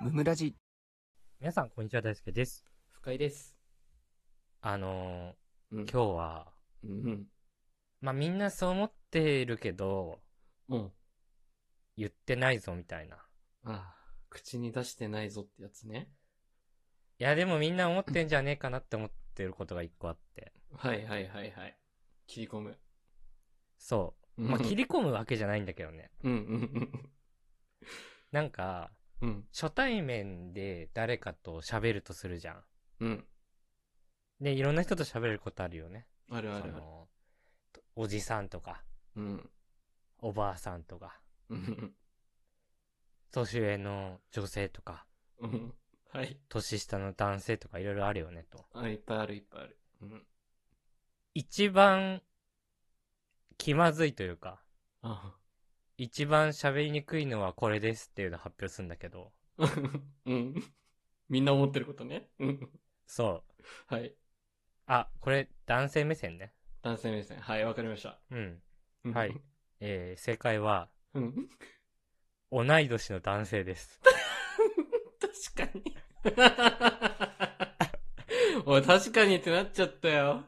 ムムラジ。 皆さん、こんにちは。大輔です。 深井です。 今日は、 うん。 まあみんなそう思ってるけど、 うん。 言ってないぞみたいな。 ああ、口に出してないぞってやつね。 いや、でもみんな思ってんじゃねえかなって思ってることが一個あって。 はいはいはいはい。切り込む。 そう。まあ切り込むわけじゃないんだけどね。 うんうんなんか、 うん。うん。 初対面で誰かと喋るとするじゃん。 うん。 で、いろんな人と喋ることあるよね。 あるあるある。 その、おじさんとか、 うん。 おばあさんとか、 うん。 年上の女性とか、 うん。はい。 年下の男性とかいろいろあるよねと。 あ、いっぱいあるいっぱいある。うん。 一番気まずいというか、 あ一番喋りにくいのはこれですっていうのを発表するんだけど、 あ。うん。みんな思ってることね。うん。 そう。 はい。 あ、これ男性目線ね。 男性目線。はい、わかりました。 うん。 うん。 はい。正解は、 うん。 同い年の男性です。 確かに。おい、確かにってなっちゃったよ。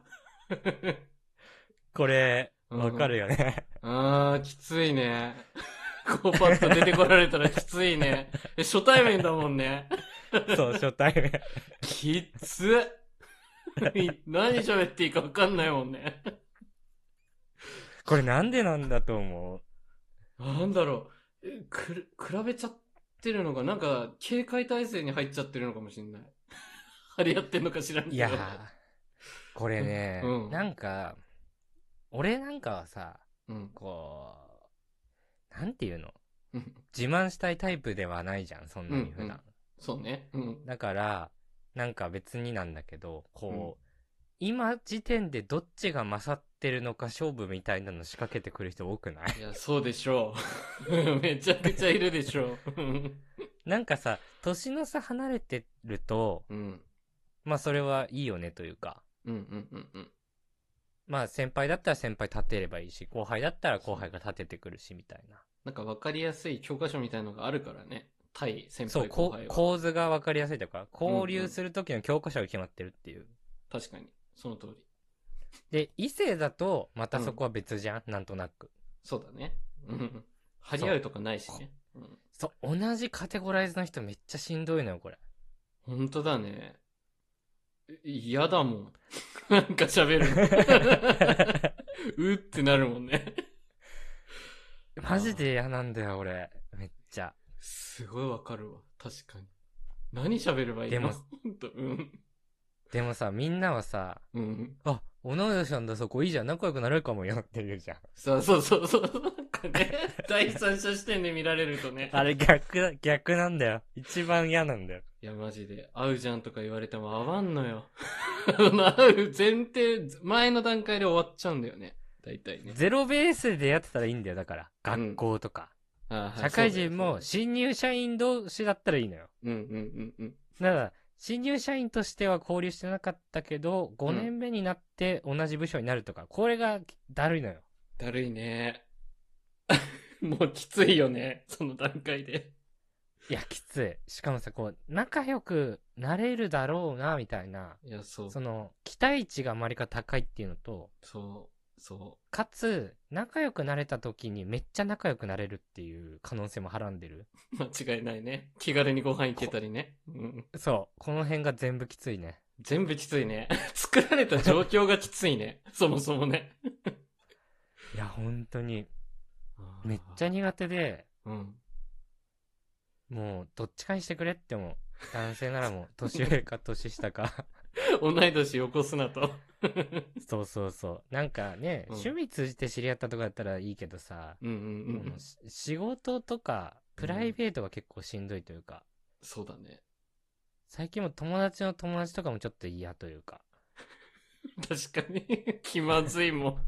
これ、 うんわかるよね。 あー、きついね。こうパッと出てこられたらきついね。初対面だもんね。 そう、初対面。 きつっ。何喋っていいか分かんないもんね。 これなんでなんだと思なんだろう。比べちゃってるのが、なんか、警戒態勢に入っちゃってるのかもしんない。張り合ってんのか知らんう。いやけど。 ー、これね、 うん。 なんか、俺なんかはさ、 うん。 こなんていうの、 うん。 自慢したいタイプではないじゃん、そんうん。 なに普段。 うん。そうね。うん。 だから、なんか別になんだけど、 うん。 今時点でどっちが勝ってるのか勝負みたいなの仕掛けてくる人多くない？ いや、そうでしょう。めちゃくちゃいるでしょう。 なんかさ、年の差離れてると、 うん。 まあそれはいいよねというか、 うんうんうんうん。 まあ先輩だったら先輩立てればいいし、後輩だったら後そう。 輩が立ててくるしみたいな。 なんか分かりやすい教科書みたいのがあるからね。対先そう、 輩後輩は。 構図がわかりやすいというか、 うんうん。 交流する時の教科書が決まってるっていう。 確かに。その通り。 で、異性だと、まうん。 たそこは別じゃん、なんとなく。 そうだね。うん。張りそう。 合うとかないしね。うん。 そう、同じカテゴライズの人めっちゃしんどいのよ、これ。 本当だね。嫌だもん。なんか喋るの。うってなるもんね。 マジでああ。 嫌なんだよ、俺。めっちゃ。 すごいわかるわ。確かに。何喋ればいいの？ でも、 ほんと。うん。 でもさ、みんなはさ、 うん。 あ、同い年なんだ、そこいいじゃん、仲良くなれるかもよって言うじゃん。 そうそうそうそう。なんかね、第三者視点で見られるとね。 あれ逆なんだよ。一番嫌なんだよ。 いや、マジで。会うじゃんとか言われても会わんのよ。会う前提、前の段階で終わっちゃうんだよね。大体ね。 ゼロベースで出会ってたらいいんだよ、だから。学うん。 校とか。 ああ、はい、 社そうだよ、 会人もそうだよ。 新入社員同士だったらいいのよ。 うんうんうんうん。 だから、新入社員としては交流してなかったけど、5 うん。 年目になって同じ部署になるとか、これがだるいのよ。 だるいね。もうきついよね。その段階で。 いや、きつい。しかもさ、仲良くなれるだろうな、みたいな、 いや、そう。 その、期待値があまりか高いっていうのと、 そう。そかつ、仲良くなれた時にめっちゃ仲良くなれるっていう可能性もはらんでる。 う。間違いないね。気軽にご飯行けこたりね。うん。 そう、この辺が全部きついね。 全部きついね。作られた状況がきついね。そもそもね。 いや、本当に、めっちゃあ苦手で、 ーうん。 もう、どっちかにしてくれって思う。男性ならもう、年上か年下か。 同い年起こすなと。 そうそうそう。なんかね、 うん。 趣味通じて知り合ったとかだったらいいけどさ、 うんうん仕事とか、 うん。うプライん。 ベートが結構しんどいというか、 そうだね。 最近も友達の友達とかもちょっと嫌というか。 確かに。気まずいも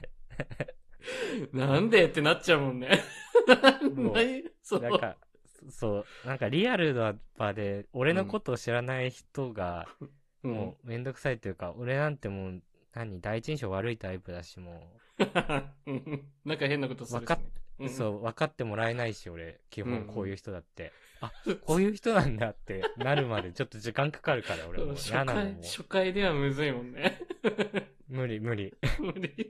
ん。なんでってなっちゃうもんね。 も何そう、なんう。 か、そう、なんかリアルな場で、俺のこうん。 とを知らない人が、 うん。 もうめんどくさいというか、俺なんてもう、第一印象悪いタイプだし、もうんなんか変なことう、分かっ、 するしね。 そう、分かってもらえないし、俺、基本こういう人だって。あ、こういう人なんだってなるまでちょっと時間かかるから、俺も。嫌なのも。 初回ではむずいもんね。 無理。 無理。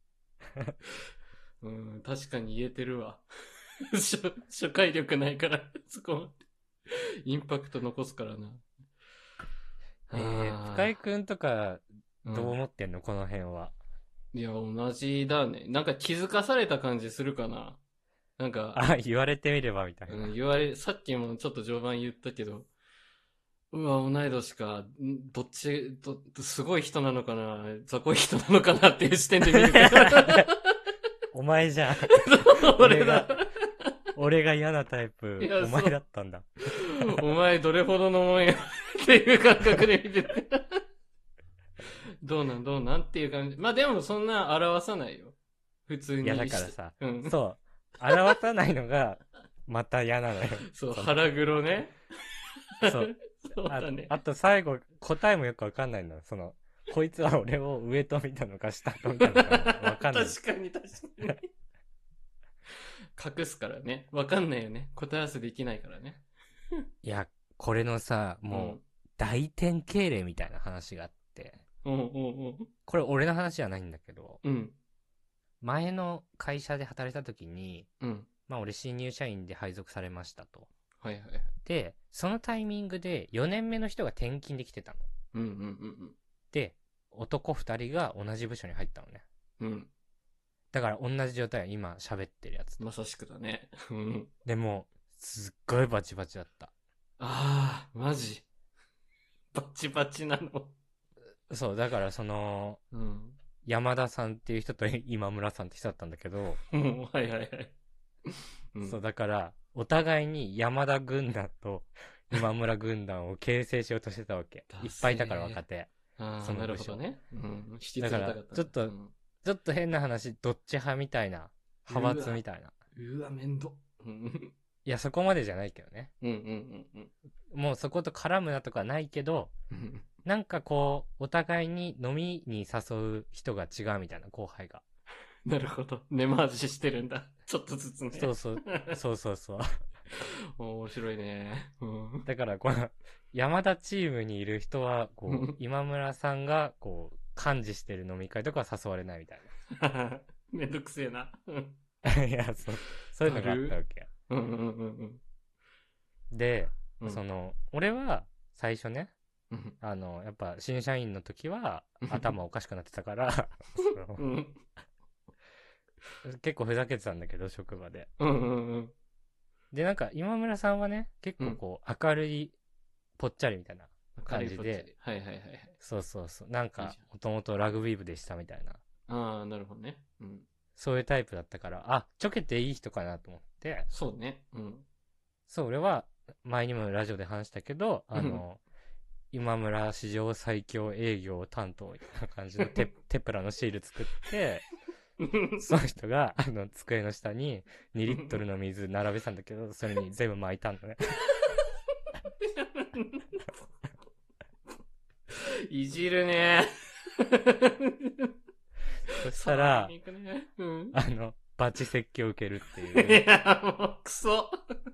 うん、確かに言えてるわ。初回力ないから、そこまで。インパクト残すからな。 深井くんとか、どう思ってんの、この辺は。 いや、同じだね。なんか気づかされた感じするかな。なんか。 あ、言われてみればみたいな。 さっきもちょっと序盤言ったけど、うわ、同い年か、すごい人なのかな、雑魚い人なのかなっていう視点で見るから。 お前じゃん。俺が嫌なタイプ、お前だったんだ。 お前どれほどのもんやっていう感覚で見てて。どうなんっていう感じ。まあでもそんな表さないよ。普通に。 いやだからさ、そう。表さないのが、また嫌なのよ。 そう、腹黒ね。 そう。 そうだね。 あと最後、答えもよくわかんないの。こいつは俺を上と見たのか下と見たのかわかんない。 確かに。隠すからね。わかんないよね。答え合わせできないからね。 いや、これのさ、もう、大典型例みたいな話があって。これ俺の話じゃないんだけど、前の会社で働いた時に、まあ俺新入社員で配属されましたと。で、そのタイミングで4年目の人が転勤できてたの。で、男2人が同じ部署に入ったのね。だから同じ状態は今喋ってるやつ。 まさしくだね。 でも、すっごいバチバチだった。 あー、マジ。バチバチなの。 そう、だから山田さんっていう人と今村さんって人だったんだけど、そう、だから、お互いに山田軍団と今村軍団を形成しようとしてたわけ。いっぱいいたから若手。 その部署ね。 だから、ちょっと変な話、どっち派みたいな、派閥みたいな。 うわ、面倒。 いや、そこまでじゃないけどね。もうそこと絡むなとかないけど、なんかこう、お互いに飲みに誘う人が違うみたいな、後輩が。 なるほど。根回ししてるんだ。ちょっとずつね。 そう。 面白いね。 だから、この、山田チームにいる人は、こう、今村さんが、こう、幹事してる飲み会とかは誘われないみたいな。めんどくせえな。 いや、そういうのがあったわけ。で、俺は、最初ね、やっぱ、新社員の時は、頭おかしくなってたから、結構ふざけてたんだけど、職場で。で、なんか、今村さんはね、結構こう、明るい、ぽっちゃりみたいな感じで。そう。なんか、もともとラグビー部でしたみたいな。 ああ、なるほどね。 そういうタイプだったから、あ、ちょけていい人かなと思って。 そうね。 そう、俺は、前にもラジオで話したけど、今村史上最強営業担当みたいな感じのテプラのシール作って、その人が、机の下に2リットルの水並べてたんだけど、それに全部巻いたんだね。 いじるね。 そしたら、バチ説教受けるっていう。 いや、もう、クソ。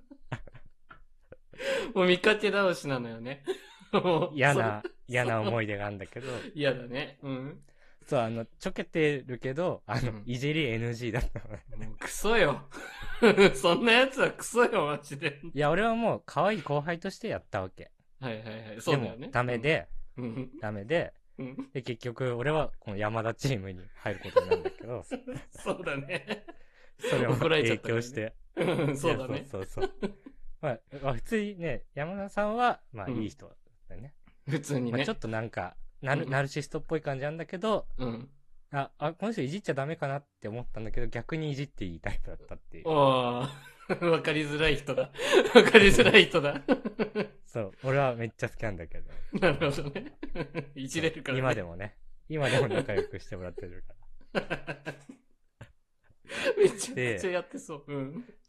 もう見かけ倒しなのよね。 嫌な思い出があるんだけど。 嫌だね。 そう、ちょけてるけど、いじり NG だったのね。 もうクソよ。そんなやつはクソよ、マジで。 いや、俺はもう可愛い後輩としてやったわけ。 そうだよね。 でも、ダメで、で、結局、俺はこの山田チームに入ることになるんだけど。 そうだね。 それを影響して。 そうだね。 そう。まあ、普通にね、山田さんは、まあ、いい人だよね。 普通にね。 ちょっとなんか、ナルシストっぽい感じなんだけど、この人いじっちゃダメかなって思ったんだけど、逆にいじっていいタイプだったっていう。 わかりづらい人だ。わかりづらい人だ。 そう、俺はめっちゃ好きなんだけど。 なるほどね。いじれるからね。 今でも仲良くしてもらってるから。 めちゃくちゃやってそう。